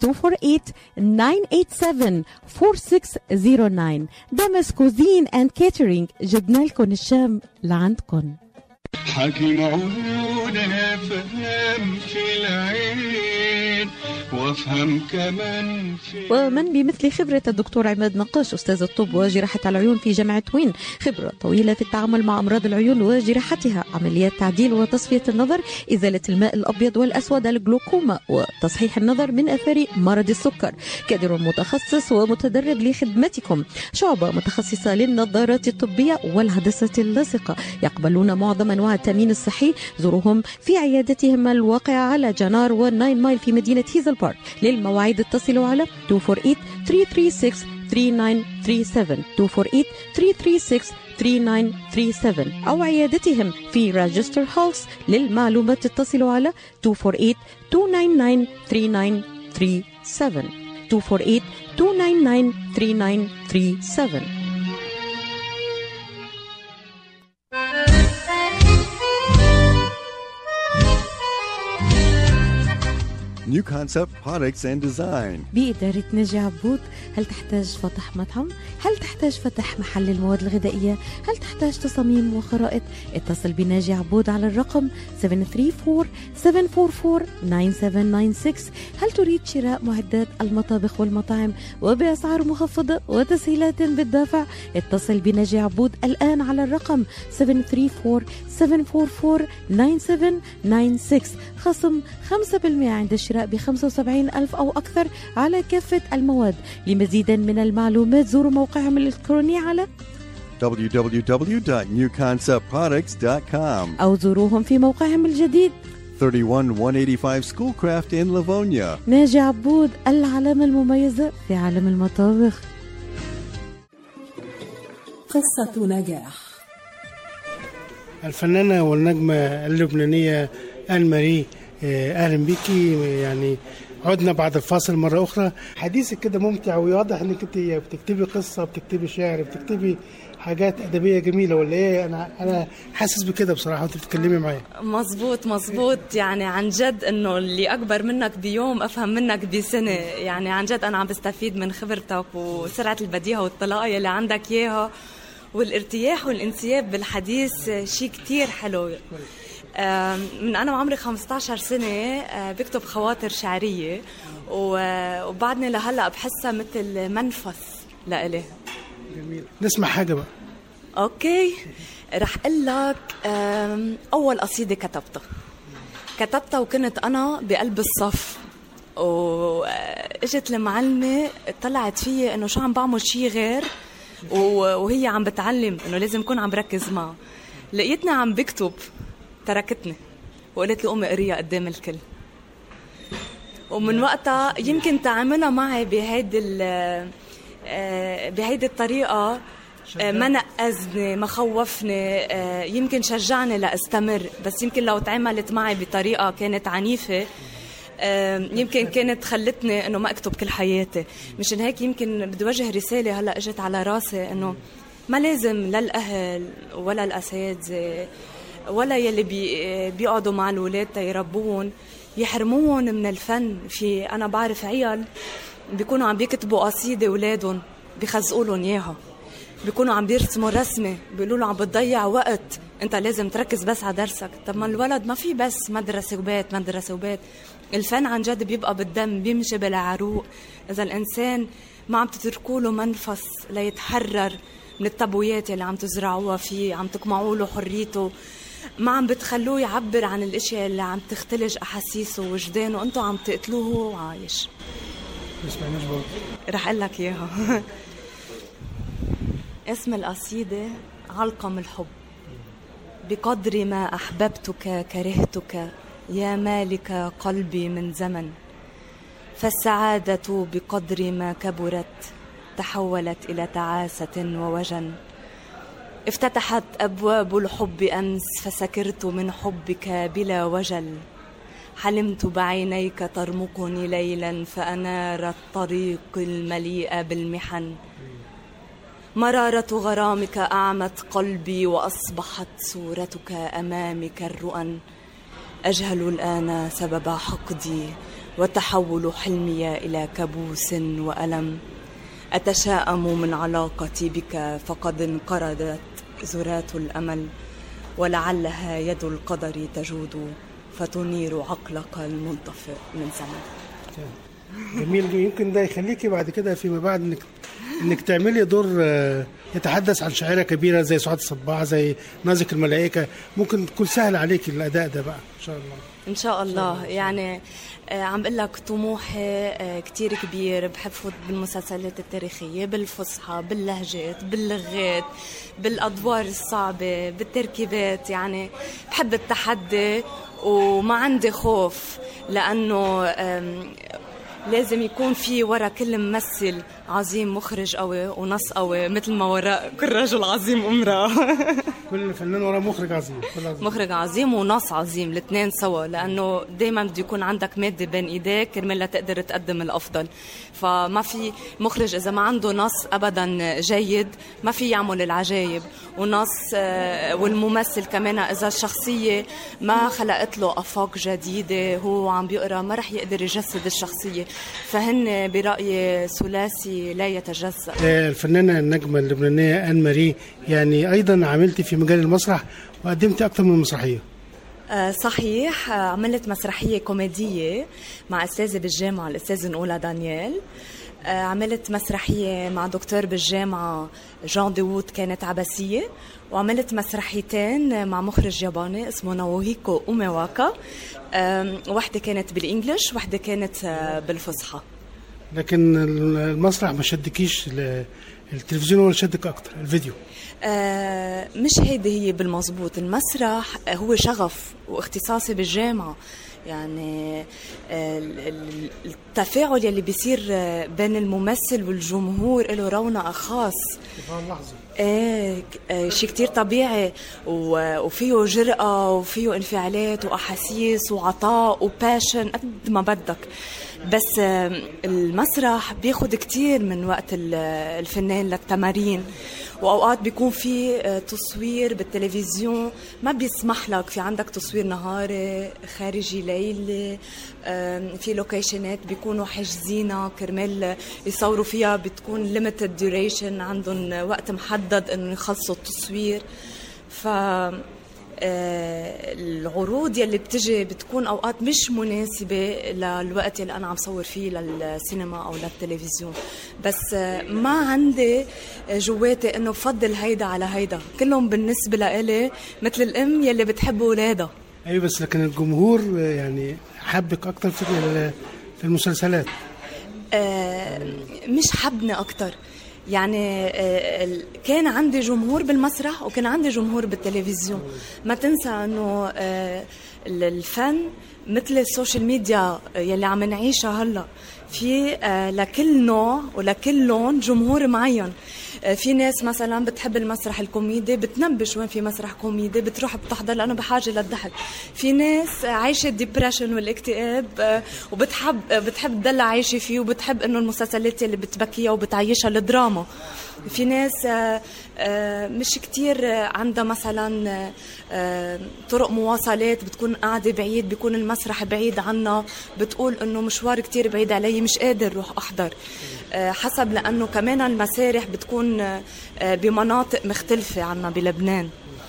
248-987-4609. دماس كوزين and catering، جبنا لكم الشام لعندكم. حكي معونا فهم في العين فين وافهم كمان فين. ومن بمثل خبرة الدكتور عماد نقاش أستاذ الطب وجراحة العيون في جامعة وين، خبرة طويلة في التعامل مع أمراض العيون وجراحتها، عمليات تعديل وتصفية النظر، إزالة الماء الأبيض والأسود، الجلوكوما، وتصحيح النظر من أثار مرض السكر. كادر متخصص ومتدرب لخدمتكم، شعبة متخصصة للنظارات الطبية والهندسة اللاصقة، يقبلون معظم أنواع التأمين الصحي. زوروهم في عيادتهم الواقعة على جنار والناين مايل في مدينة هيزل بارك. للمواعيد اتصلوا على 248-336-3937 248-336-3937 أو عيادتهم في راجستر هولز. للمعلومات اتصلوا على 248-299-3937 248-299-3937. New Concept Products and Design بإدارة ناجي عبود. هل تحتاج فتح مطعم؟ هل تحتاج فتح محل المواد الغذائية؟ هل تحتاج تصاميم وخرائط؟ اتصل بناجي عبود على الرقم 734-744-9796. هل تريد شراء معدات المطابخ والمطاعم وبأسعار مخفضة وتسهيلات بالدافع؟ اتصل بناجي عبود الآن على الرقم 734-744-9796. خصم 5% عند الشراء ب75,000 أو أكثر على كافة المواد. لمزيد من المعلومات زوروا موقعهم الإلكتروني على www.newconceptproducts.com أو زوروهم في موقعهم الجديد 31185 Schoolcraft in Livonia. ناجي عبود، العلامة المميزة في عالم المطابخ. قصة نجاح. الفنانة والنجمة اللبنانية آن ماري، أهلا بيكي. يعني عدنا بعد الفاصل مرة أخرى. حديثك كده ممتع وواضح إنك أنت بتكتبي قصة، بتكتبي شعر، بتكتبي حاجات أدبية جميلة، ولا إيه؟ أنا حاسس بكده بصراحة وأنت بتتكلمي معايا. مظبوط. يعني عن جد إنه اللي أكبر منك بيوم أفهم منك بسنة. يعني عن جد أنا عم بستفيد من خبرتك وسرعة البديهة والطلاقة اللي عندك إياها، والارتياح والانسياب بالحديث شيء كتير حلو. من أنا وعمري 15 سنة بكتب خواطر شعرية، وبعدني لهلأ بحسها مثل منفس لإلي. جميل، نسمع حاجة بقى. أوكي، رح أقول لك أول قصيدة كتبتها وكنت أنا بقلب الصف، وإجت المعلمة طلعت فيي إنه شو عم بعمل شي غير، وهي عم بتعلم إنه لازم أكون عم بركز معها. لقيتني عم بكتب، تركتني وقلت لي قومي قريها قدام الكل. ومن وقتها يمكن تعاملها معي بهيدي الطريقة ما نقزني ما خوفني، يمكن شجعني لأستمر. بس يمكن لو تعاملت معي بطريقة كانت عنيفة يمكن كانت خلتني انه ما اكتب كل حياتي. مشان هيك يمكن بدي وجه رسالة هلا اجت على راسي، انه ما لازم للأهل ولا الأساتذة ولا يلي بيقعدوا مع الولاد تيربون يحرمون من الفن. في أنا بعرف عيال بيكونوا عم بيكتبوا قصيدة ولادهم بيخزقوا لهم إياها، بيكونوا عم بيرسموا رسمة بيقولوا له عم بتضيع وقت، أنت لازم تركز بس على درسك. طب ما الولد ما في بس مدرسة وبيت. الفن عن جد بيبقى بالدم، بيمشي بالعروق. إذا الإنسان ما عم تتركوا له منفس ليتحرر من التبويات اللي عم تزرعوها فيه، عم تقمعوا له حريته، ما عم بتخلوه يعبر عن الاشياء اللي عم تختلج احاسيسه ووجدانه، انتوا عم تقتلوه وهو عايش. رح اقول لك اياها. اسم القصيده علقم الحب. بقدر ما احببتك كرهتك يا مالك قلبي من زمن، فالسعاده بقدر ما كبرت تحولت الى تعاسه ووجن. افتتحت أبواب الحب أمس فسكرت من حبك بلا وجل. حلمت بعينيك ترمقني ليلا فأنار الطريق المليء بالمحن. مرارة غرامك أعمت قلبي وأصبحت صورتك أمامي كالرؤن. أجهل الآن سبب حقدي وتحول حلمي إلى كابوس وألم. أتشاءم من علاقتي بك فقد انقرضت زرات الأمل، ولعلها يد القدر تجود فتنير عقلك المنطفئ من زمن. جميل. يمكن ده يخليكي بعد كده فيما بعد انك تعملي دور يتحدث عن شاعرة كبيرة زي سعاد الصباح، زي نازك الملائكة. ممكن تكون سهل عليك الأداء ده بقى إن شاء الله. إن شاء الله. يعني عم بقول لك طموحي كتير كبير. بحب فوت بالمسلسلات التاريخية، بالفصحى، باللهجات، باللغات، بالأدوار الصعبة، بالتركيبات. يعني بحب التحدي وما عندي خوف، لأنه لازم يكون في وراء كل ممثل عظيم مخرج قوي ونص قوي، مثل ما وراء كل رجل عظيم امرأة. كل فنان وراء مخرج عظيم. مخرج عظيم ونص عظيم، الاثنين سوا، لأنه دايما بده يكون عندك مادة بين إيديك كرمال لا تقدر تقدم الأفضل. فما في مخرج إذا ما عنده نص أبدا جيد ما في يعمل العجايب. ونص والممثل كمان إذا الشخصية ما خلقت له آفاق جديدة هو عم بيقرأ ما رح يقدر يجسد الشخصية. فهن برأيي ثلاثي لا يتجزأ. الفنانة النجمة اللبنانية آن ماري، يعني أيضا عملتي في مجال المسرح وقدمتي أكثر من مسرحية. صحيح، عملت مسرحية كوميدية مع أستاذي بالجامعة الأستاذ نقولة دانيال. عملت مسرحية مع دكتور بالجامعة جان ديوود كانت عباسية. وعملت مسرحيتين مع مخرج ياباني اسمه ناوهيكو أوميواكا. واحدة كانت بالإنجليش واحدة كانت بالفصحى. لكن المسرح ما شدكيش؟ التلفزيون ولا شدك أكتر الفيديو؟ مش هيدي هي بالمضبوط. المسرح هو شغف واختصاصي بالجامعة. يعني التفاعل يلي بيصير بين الممثل والجمهور له رونق خاص. شيء كتير طبيعي وفيه جرأة وفيه انفعالات وأحاسيس وعطاء وباشن قد ما بدك. بس المسرح بياخد كتير من وقت الفنان للتمارين. وأوقات بيكون في تصوير بالتلفزيون ما بيسمح لك. في عندك تصوير نهاري خارجي ليلي، في لوكيشنات بيكونوا حجزينها كرمال يصوروا فيها، بتكون limited duration، عندهم وقت محدد انه يخلصوا التصوير. العروض يلي بتجي بتكون أوقات مش مناسبة للوقت اللي أنا عم صور فيه للسينما أو للتلفزيون. بس ما عندي جواتي إنه بفضل هيدا على هيدا، كلهم بالنسبة لإلي مثل الأم يلي بتحب أولادها. أيوة، بس لكن الجمهور يعني حبك أكتر في المسلسلات. مش حبني أكتر. يعني كان عندي جمهور بالمسرح وكان عندي جمهور بالتلفزيون. ما تنسى انه الفن مثل السوشيال ميديا يلي عم نعيشها هلا، في لكل نوع ولكل لون جمهور معين. في ناس مثلا بتحب المسرح الكوميدي، بتنبش وين في مسرح كوميدي بتروح بتحضر لأنه بحاجة للضحك. في ناس عايشة الديبريشن والاكتئاب بتحب تدلع عايشة فيه، وبتحب إنه المسلسلات اللي بتبكيها وبتعيشها الدراما. في ناس مش كتير عندها مثلا طرق مواصلات، بتكون قاعدة بعيد، بيكون المسرح بعيد عنا، بتقول إنه مشوار كتير بعيد علي مش قادر روح أحضر. حسب، لأنه كمان المسارح بتكون بمناطق مختلفة عنا بلبنان.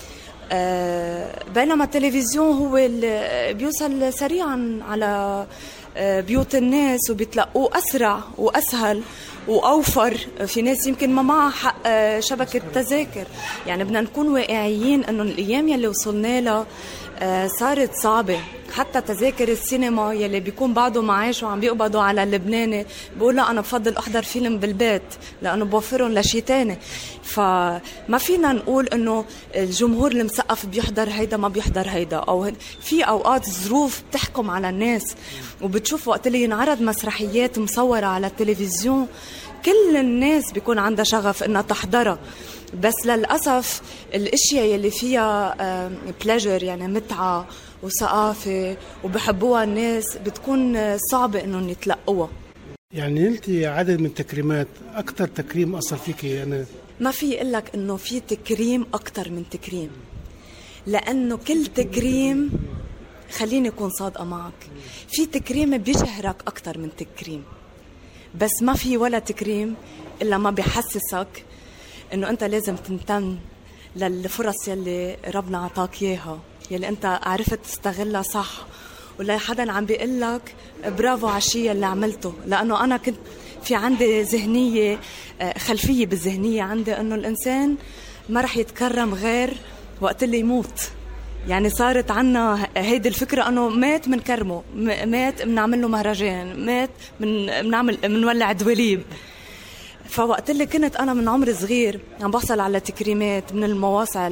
بينما التلفزيون هو بيوصل سريعا على بيوت الناس وبيتلقوه أسرع وأسهل وأوفر. في ناس يمكن ما معها حق شبكة تذاكر. يعني بدنا نكون واقعيين أنه الأيام يلي وصلنا لها صارت صعبة. حتى تذاكر السينما يلي بيكون بعده معاش وعم بيقبضوا على اللبناني بقول لا أنا بفضل أحضر فيلم بالبيت لأنه بوفرهم لشي تاني. فما فينا نقول أنه الجمهور المثقف بيحضر هيدا ما بيحضر هيدا، أو في أوقات ظروف بتحكم على الناس. وبتشوف وقت اللي ينعرض مسرحيات مصورة على التلفزيون كل الناس بيكون عندها شغف إنها تحضرها، بس للأسف الاشياء يلي فيها بلاجر يعني متعة وثقافة وبحبوها الناس بتكون صعبة إنهم يتلقوها. يعني أنت عدد من التكريمات، أكتر تكريم أثر فيكي؟ أنا ما في إقلك إنه في تكريم أكتر من تكريم، لأنه كل تكريم، خليني أكون صادقة معك، في تكريم بيشهرك أكتر من تكريم، بس ما في ولا تكريم إلا ما بيحسسك إنه أنت لازم تمتن للفرص يلي ربنا عطاك إياها، يلي أنت عرفت تستغلها صح ولا حدا عم بيقول لك برافو على الشيء اللي عملته. لأنه أنا كنت في عندي ذهنية، خلفية بالذهنية عندي أنه الإنسان ما رح يتكرم غير وقت اللي يموت. يعني صارت عنا هيدي الفكرة أنه مات منكرمه، مات منعمل له مهرجان، مات منولع دواليب. فوقت اللي كنت أنا من عمر صغير عم بحصل على تكريمات من مواقع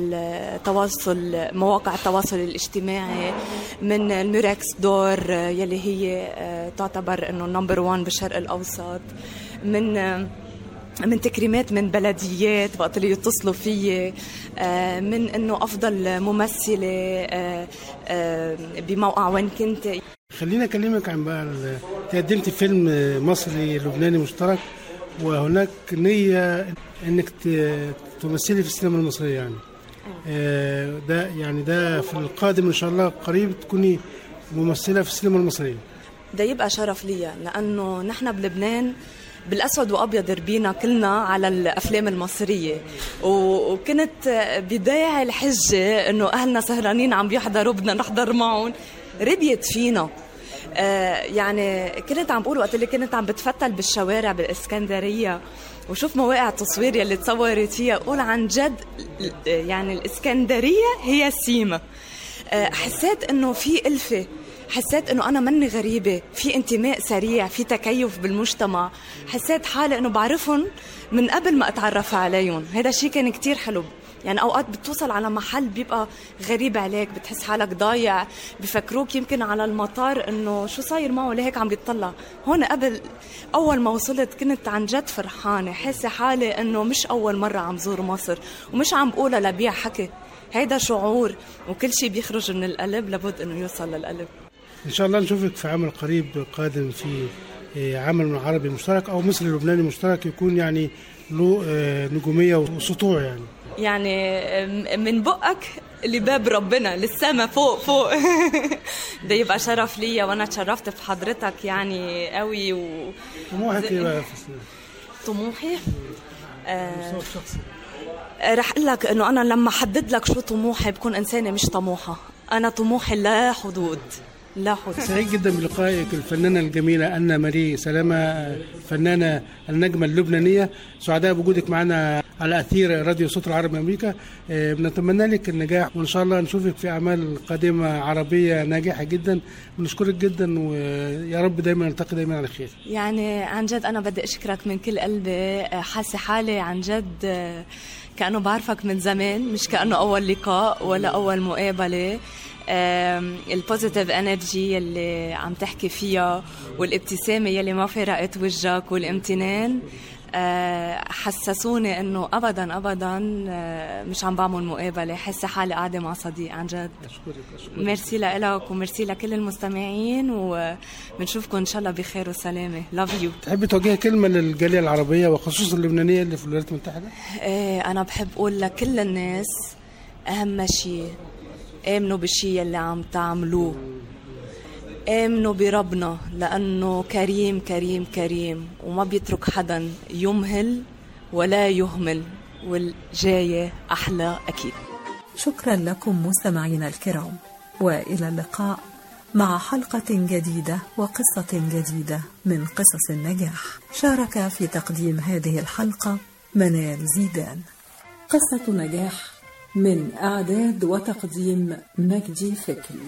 التواصل الاجتماعي، من الميركس دور يلي هي تعتبر أنه نمبر 1 بالشرق الأوسط، من تكريمات من بلديات وقت اللي يتصلوا فيي، من أنه أفضل ممثلة بموقع وين كنت. خلينا أكلمك عن بقى قدمت فيلم مصري لبناني مشترك، وهناك نية انك تمثلي في السينما المصرية يعني. ده في القادم ان شاء الله قريب تكوني ممثلة في السينما المصرية. ده يبقى شرف ليا، لانه نحن بلبنان بالأسود وأبيض ربينا كلنا على الأفلام المصرية، وكنت بداية الحجة إنه أهلنا سهرانين عم بيحضروا بدنا نحضر معهم، ربيت فينا. يعني كنت عم بقول وقت اللي كنت عم بتفتل بالشوارع بالإسكندرية وشوف مواقع تصوير يلي تصورت فيها، أقول عن جد يعني الإسكندرية هي السيما. حسيت إنه في ألفة، حسيت إنه أنا مني غريبة، في انتماء سريع، في تكيف بالمجتمع. حسيت حالي إنه بعرفهم من قبل ما أتعرف عليهم. هذا الشيء كان كتير حلو. يعني أوقات بتوصل على محل بيبقى غريب عليك، بتحس حالك ضايع، بفكروك يمكن على المطار إنه شو صاير معه لهيك عم بيطلع. هون قبل أول ما وصلت كنت عن جد فرحانة، حاسة حالي إنه مش أول مرة عم زور مصر، ومش عم بقولها لبيع حكي. هيدا شعور، وكل شيء بيخرج من القلب لابد إنه يوصل للقلب. إن شاء الله نشوفك في عمل قريب قادم في عمل عربي مشترك أو مصري لبناني مشترك، يكون يعني له نجومية وسطوع يعني من بقك لباب ربنا للسما فوق. ده يبقى شرف ليا، وانا تشرفت في حضرتك يعني قوي. طموحك ايه بقى في طموحي؟ رح اقول لك انه انا لما حدد لك شو طموحي بكون انسانه مش طموحه. انا طموحي لا حدود. سعيد جدا بلقائك الفنانة الجميلة أنا ماري سلامة، فنانة النجمة اللبنانية. سعداء بوجودك معنا على أثير راديو صوت العرب أمريكا. بنتمنى لك النجاح، وإن شاء الله نشوفك في أعمال قادمة عربية ناجحة جدا. بنشكرك جدا، ويا رب دايما نلتقي دايما على خير. يعني عن جد أنا بدي أشكرك من كل قلبي. حاسة حالي عن جد كأنه بعرفك من زمان، مش كأنه أول لقاء ولا أول مقابلة. البوزيتيف انرجي اللي عم تحكي فيها والابتسامة يلي ما فرقت وجهك والامتنان حسسوني انه ابدا مش عم بعمل مقابلة، حاسة حالي قاعدة مع صديق. عن جد أشكرك. ميرسي لك وميرسي لكل المستمعين، وبنشوفكم ان شاء الله بخير وسلامة. لاف يو. تحبي توجهي كلمة للجالية العربية وخصوصا اللبنانية اللي في الولايات المتحدة؟ انا بحب اقول لكل الناس اهم شيء آمنوا بالشيء اللي عم تعملوه، آمنوا بربنا لأنه كريم كريم كريم وما بيترك حدا يمهل ولا يهمل، والجاية أحلى أكيد. شكرا لكم مستمعينا الكرام، وإلى اللقاء مع حلقة جديدة وقصة جديدة من قصص النجاح. شارك في تقديم هذه الحلقة منال زيدان. قصة نجاح من إعداد وتقديم مجدي فكري.